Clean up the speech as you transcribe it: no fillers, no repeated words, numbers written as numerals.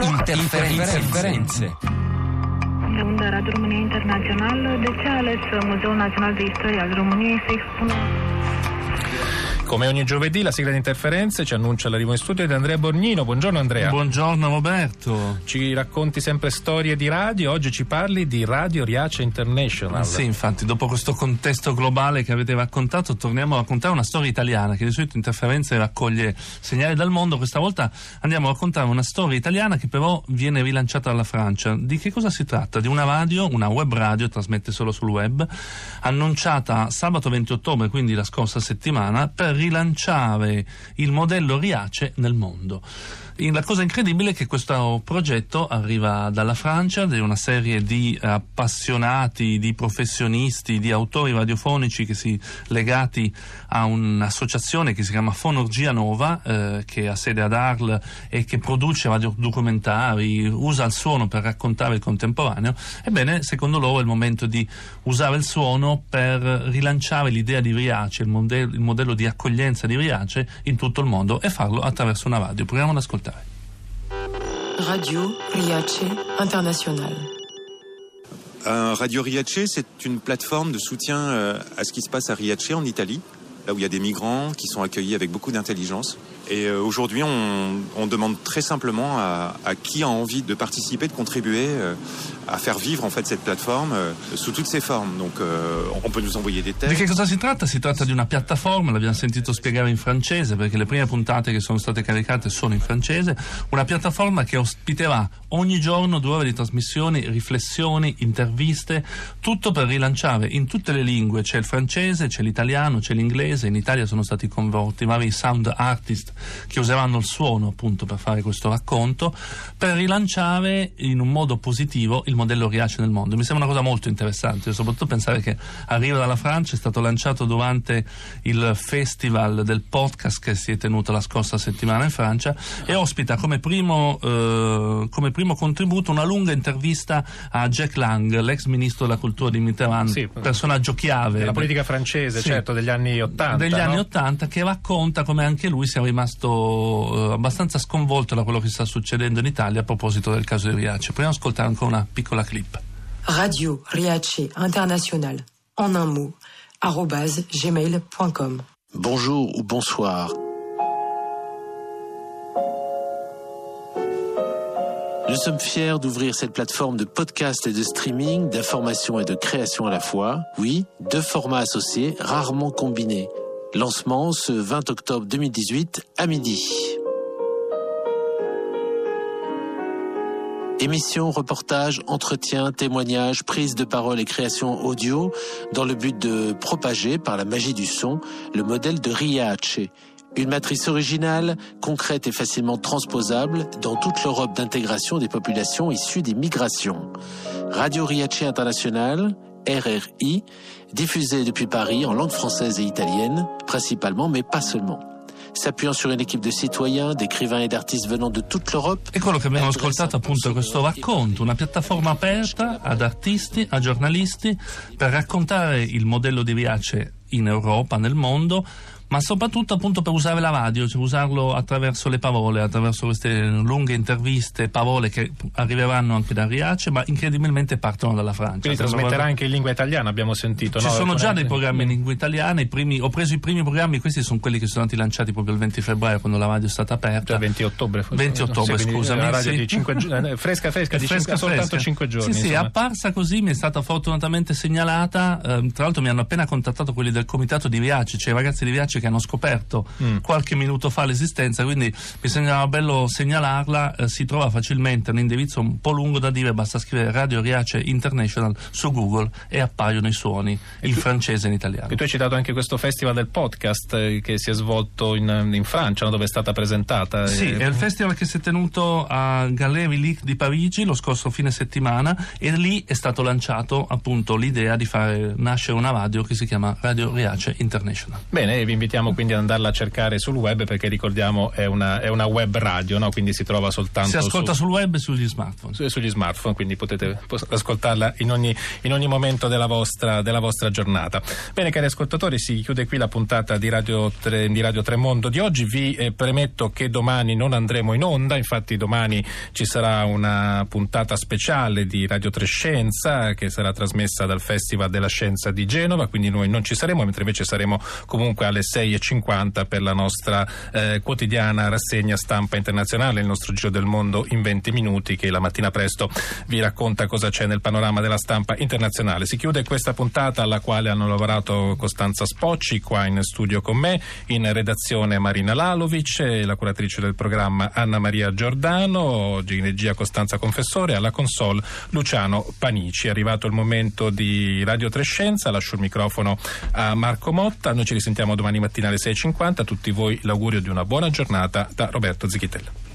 Interferențe. De unde Radio România Internațională, de ce a ales Muzeul Nazionale de Istoria al României să expună? Come ogni giovedì la sigla di Interferenze ci annuncia l'arrivo in studio di Andrea Borgnino. Buongiorno Andrea. Buongiorno Roberto. Ci racconti sempre storie di radio, oggi ci parli di Radio Riace International. Sì, infatti, dopo questo contesto globale che avete raccontato, torniamo a raccontare una storia italiana che di solito Interferenze raccoglie segnali dal mondo. Questa volta andiamo a raccontare una storia italiana che però viene rilanciata dalla Francia. Di che cosa si tratta? Di una radio, una web radio, trasmette solo sul web, annunciata sabato 20 ottobre, quindi la scorsa settimana, per rilanciare il modello Riace nel mondo. La cosa incredibile è che questo progetto arriva dalla Francia, di una serie di appassionati, di professionisti, di autori radiofonici legati a un'associazione che si chiama Fonorgia Nova, che ha sede ad Arles e che produce radiodocumentari, usa il suono per raccontare il contemporaneo. Ebbene, secondo loro è il momento di usare il suono per rilanciare l'idea di Riace, il modello di accoglienza di Riace in tutto il mondo, e farlo attraverso una radio. Proviamo ad ascoltare. Radio Riace International. Radio Riace, c'est une plateforme de soutien à ce qui se passe à Riace en Italie, là où il y a des migrants qui sont accueillis avec beaucoup d'intelligence. Et aujourd'hui, on demande très simplement à qui a envie de participer, de contribuer a far vivre en fait cette plateforme sous toutes ses formes. Donc on peut nous envoyer des textes. Di che cosa si tratta? Si tratta di una piattaforma, l'abbiamo sentito spiegare in francese perché le prime puntate che sono state caricate sono in francese, una piattaforma che ospiterà ogni giorno 2 ore di trasmissioni, riflessioni, interviste, tutto per rilanciare in tutte le lingue. C'è il francese, c'è l'italiano, c'è l'inglese. In Italia sono stati coinvolti vari sound artist che useranno il suono appunto per fare questo racconto, per rilanciare in un modo positivo il modello Riace nel mondo. Mi sembra una cosa molto interessante, soprattutto pensare che arriva dalla Francia, è stato lanciato durante il festival del podcast che si è tenuto la scorsa settimana in Francia, e ospita come primo contributo una lunga intervista a Jack Lang, l'ex ministro della cultura di Mitterrand, sì, personaggio chiave della politica francese, sì, certo, degli anni 80. Degli anni 80, che racconta come anche lui sia rimasto abbastanza sconvolto da quello che sta succedendo in Italia a proposito del caso di Riace. Proviamo ad ascoltare ancora una piccola clip. Radio Riace International, en un mot, @gmail.com. Bonjour ou bonsoir. Nous sommes fiers d'ouvrir cette plateforme de podcast et de streaming, d'information et de création à la fois. Oui, 2 formats associés, rarement combinés. Lancement ce 20 octobre 2018 à midi. Émissions, reportages, entretiens, témoignages, prises de parole et créations audio dans le but de propager par la magie du son le modèle de Riace. Une matrice originale, concrète et facilement transposable dans toute l'Europe d'intégration des populations issues des migrations. Radio Riace International, RRI, diffusée depuis Paris en langue française et italienne, principalement, mais pas seulement. S'appuyant sur une équipe de citoyens, d'écrivains et d'artistes venant de toute l'Europe. E quello che abbiamo ascoltato appunto è questo racconto, una piattaforma aperta ad artisti, a giornalisti, per raccontare il modello di Riace in Europa, nel mondo, ma soprattutto appunto per usare la radio, cioè usarlo attraverso le parole, attraverso queste lunghe interviste, parole che arriveranno anche da Riace, ma incredibilmente partono dalla Francia. Quindi trasmetterà anche in lingua italiana, abbiamo sentito. Ci sono già dei programmi in lingua italiana, ho preso i primi programmi, questi sono quelli che sono stati lanciati proprio il 20 febbraio quando la radio è stata aperta. Cioè 20 ottobre. 20 ottobre, scusami. Una radio di 5 giorni, fresca, soltanto 5 giorni. Sì, è apparsa così, mi è stata fortunatamente segnalata, tra l'altro mi hanno appena contattato quelli del comitato di Riace, cioè i ragazzi di Riace che hanno scoperto qualche minuto fa l'esistenza, quindi mi sembrava bello segnalarla. Si trova facilmente un indirizzo un po' lungo da dire, basta scrivere Radio Riace International su Google e appaiono i suoni in francese e in italiano. E tu hai citato anche questo festival del podcast che si è svolto in Francia, no? Dove è stata presentata. Sì, è il festival che si è tenuto a Galerie Lalique di Parigi lo scorso fine settimana, e lì è stato lanciato appunto l'idea di fare nascere una radio che si chiama Radio Riace International. Bene, vi invitiamo invitiamo quindi ad andarla a cercare sul web, perché ricordiamo è una web radio, no? Quindi si trova soltanto si ascolta sul web e sugli smartphone, quindi potete ascoltarla in ogni momento della vostra giornata. Bene, cari ascoltatori, si chiude qui la puntata di Radio Tremondo di oggi. Vi premetto che domani non andremo in onda, infatti domani ci sarà una puntata speciale di Radio Trescenza che sarà trasmessa dal Festival della Scienza di Genova, quindi noi non ci saremo, mentre invece saremo comunque alle 6:50 per la nostra quotidiana rassegna stampa internazionale, il nostro giro del mondo in 20 minuti, che la mattina presto vi racconta cosa c'è nel panorama della stampa internazionale. Si chiude questa puntata alla quale hanno lavorato Costanza Spocci, qua in studio con me, in redazione Marina Lalovic, la curatrice del programma Anna Maria Giordano, oggi in regia Costanza Confessore, alla console Luciano Panici. È arrivato il momento di Radio Trescenza, lascio il microfono a Marco Motta, noi ci risentiamo domani mattina alle 6:50, a tutti voi l'augurio di una buona giornata da Roberto Zichitella.